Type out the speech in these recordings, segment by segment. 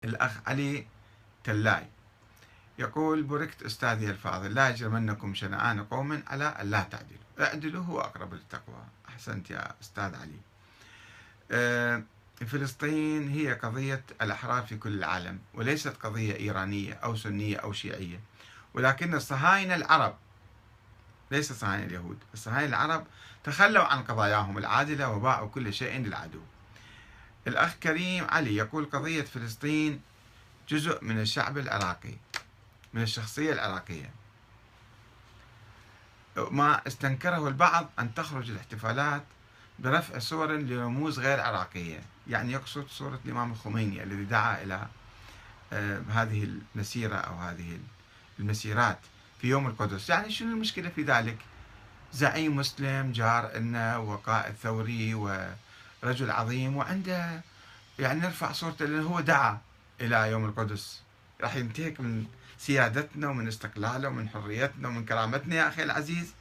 الأخ علي تلاي يقول: بوركت أستاذي الفاضل، لا يجرمنكم شنآن قوم على أن لا تعدلوا، اعدلوا هو أقرب للتقوى. أحسنت يا أستاذ علي. فلسطين هي قضية الأحرار في كل العالم، وليست قضية إيرانية أو سنية أو شيعية، ولكن الصهاينة العرب، ليس صهاينة اليهود، الصهاينة العرب تخلوا عن قضاياهم العادلة وباعوا كل شيء للعدو. الأخ كريم علي يقول: قضية فلسطين جزء من الشعب العراقي، من الشخصية العراقية. ما استنكره البعض أن تخرج الاحتفالات برفع صور لرموز غير عراقية، يعني يقصد صورة الإمام الخميني الذي دعا إلى هذه المسيرة أو هذه المسيرات في يوم القدس. يعني شنو المشكلة في ذلك؟ زعيم مسلم جار لنا وقائد ثوري ورجل عظيم، وعنده يعني نرفع صورته لأنه هو دعا إلى يوم القدس. راح ينتهك من سيادتنا ومن استقلالنا ومن حريتنا ومن كرامتنا يا أخي العزيز؟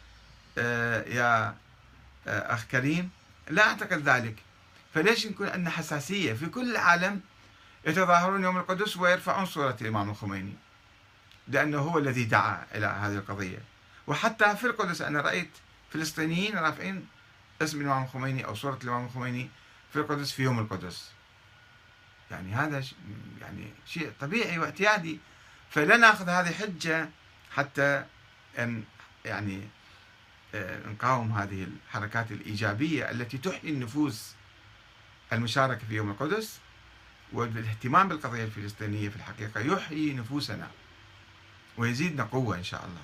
يا أخ كريم، لا أعتقد ذلك. فليش يكون عندنا حساسية؟ في كل العالم يتظاهرون يوم القدس ويرفعون صورة الإمام الخميني لأنه هو الذي دعا إلى هذه القضية. وحتى في القدس أنا رأيت فلسطينيين رافعين اسم الإمام الخميني أو صورة الإمام الخميني في القدس في يوم القدس. يعني هذا يعني شيء طبيعي واعتيادي. فلا ناخذ هذه حجة حتى أن يعني نقاوم هذه الحركات الإيجابية التي تحيي النفوس المشاركة في يوم القدس. والاهتمام بالقضية الفلسطينية في الحقيقة يحيي نفوسنا ويزيدنا قوة إن شاء الله.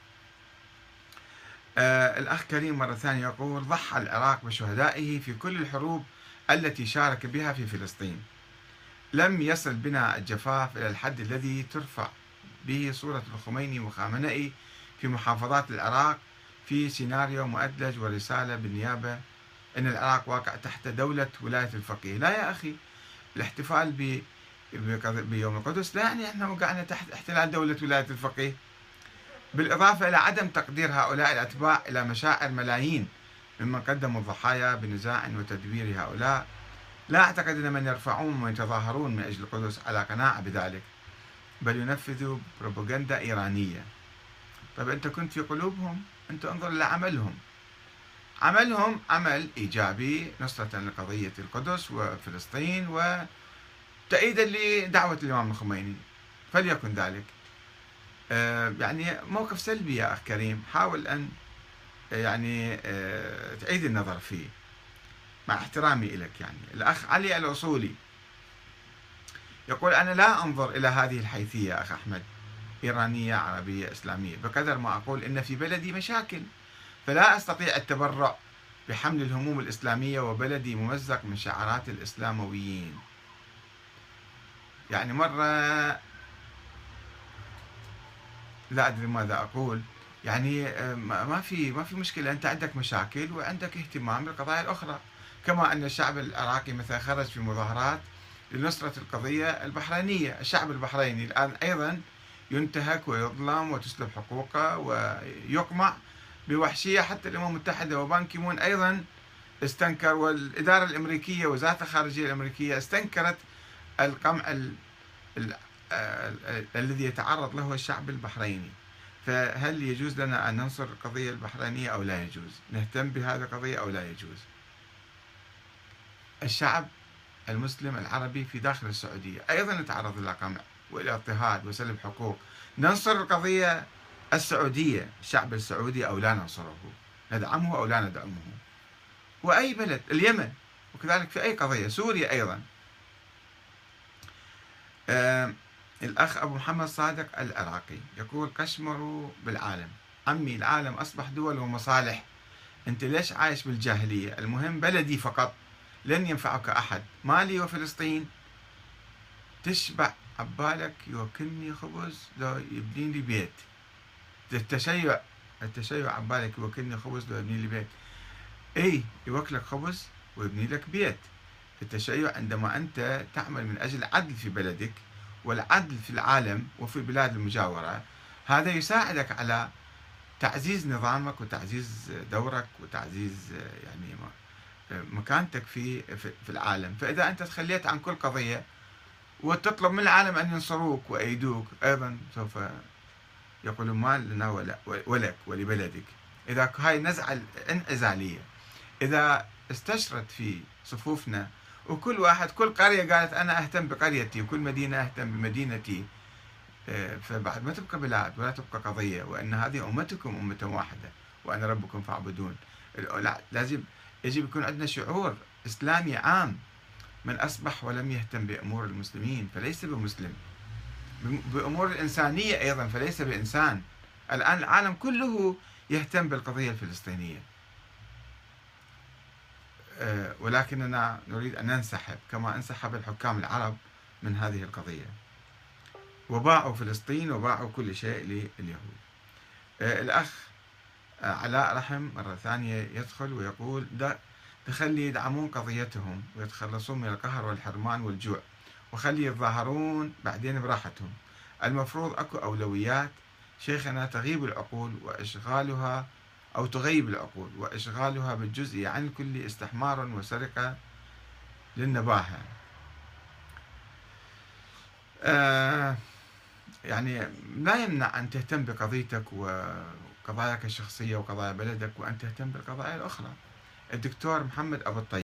الأخ كريم مرة ثانية يقول: ضحى العراق بشهدائه في كل الحروب التي شارك بها في فلسطين. لم يصل بنا الجفاف إلى الحد الذي ترفع به صورة الخميني وخامنئي في محافظات العراق في سيناريو مؤدلج ورسالة بالنيابة أن العراق واقع تحت دولة ولاية الفقيه. لا يا أخي، الاحتفال بيوم القدس لا يعني احنا وقعنا تحت احتلال دولة ولاية الفقيه. بالإضافة إلى عدم تقدير هؤلاء الأتباع إلى مشاعر ملايين ممن قدموا الضحايا بنزاع وتدبير هؤلاء. لا أعتقد أن من يرفعون ويتظاهرون من أجل القدس على قناعة بذلك، بل ينفذوا بروباغندا إيرانية. طيب أنت كنت في قلوبهم؟ أنت انظر إلى عملهم. عملهم عمل إيجابي، نصرة لقضية القدس وفلسطين وتأييدا لدعوة الإمام الخميني، فليكن ذلك. يعني موقف سلبي يا أخ كريم، حاول أن يعني تعيد النظر فيه مع احترامي لك. يعني الأخ علي الأصولي يقول: أنا لا أنظر إلى هذه الحيثية أخ أحمد، إيرانية عربية إسلامية، بقدر ما أقول إن في بلدي مشاكل، فلا أستطيع التبرع بحمل الهموم الإسلامية وبلدي ممزق من شعارات الإسلامويين. يعني مرة لا أدري ماذا أقول. يعني ما في مشكلة، أنت عندك مشاكل وعندك اهتمام بالقضايا الأخرى، كما أن الشعب العراقي مثلا خرج في مظاهرات لنصرة القضية البحرينية. الشعب البحريني الآن أيضا ينتهك ويظلم وتسلب حقوقه ويقمع بوحشية. حتى الأمم المتحدة وبان كيمون أيضا استنكر، والإدارة الأمريكية وزارة الخارجية الأمريكية استنكرت القمع الذي يتعرض له الشعب البحريني. فهل يجوز لنا أن ننصر القضية البحرينية أو لا يجوز؟ نهتم بهذه القضية أو لا يجوز؟ الشعب المسلم العربي في داخل السعودية أيضا يتعرض إلى قمع وإلى اضطهاد وسلب حقوق. ننصر القضية السعودية، الشعب السعودي، أو لا ننصره؟ ندعمه أو لا ندعمه؟ وأي بلد، اليمن، وكذلك في أي قضية، سوريا أيضا. الأخ أبو محمد صادق العراقي يقول: قشمروا بالعالم. عمي العالم أصبح دول ومصالح، أنت ليش عايش بالجاهلية؟ المهم بلدي فقط، لن ينفعك أحد. مالي وفلسطين تشبع عبالك، يوكلني خبز لو يبني لي بيت. التشيع عبالك يوكلني خبز لو يبني لي بيت. أي يوكلك خبز ويبني لك بيت. التشيع عندما أنت تعمل من أجل العدل في بلدك والعدل في العالم وفي البلاد المجاورة، هذا يساعدك على تعزيز نظامك وتعزيز دورك وتعزيز يعني مكانتك في العالم. فإذا أنت تخليت عن كل قضية وتطلب من العالم أن ينصروك وأيدوك، أيضا سوف يقولون ما لنا ولك ولبلدك. إذا هاي النزعة الانعزالية إذا استشرت في صفوفنا، وكل واحد كل قرية قالت أنا أهتم بقريتي، وكل مدينة أهتم بمدينتي، فبعد ما تبقى بلاد ولا تبقى قضية، وأن هذه أمتكم أمة واحدة وأنا ربكم فاعبدون. لازم يجب يكون عندنا شعور إسلامي عام. من أصبح ولم يهتم بأمور المسلمين فليس بمسلم، بأمور الإنسانية أيضا فليس بإنسان. الآن العالم كله يهتم بالقضية الفلسطينية، ولكننا نريد أن ننسحب كما انسحب الحكام العرب من هذه القضية، وباعوا فلسطين وباعوا كل شيء لليهود. الأخ علاء رحم مرة ثانية يدخل ويقول تخلي يدعمون قضيتهم ويتخلصون من القهر والحرمان والجوع، وخلي يتظاهرون بعدين براحتهم. المفروض أكو أولويات شيخنا تغيب العقول وإشغالها، أو تغيب العقول وإشغالها بالجزء عن الكل استحمار وسرقة للنباهة. يعني لا يمنع أن تهتم بقضيتك وقضاياك الشخصية وقضايا بلدك، وأن تهتم بالقضايا الأخرى. الدكتور محمد أبو الطيب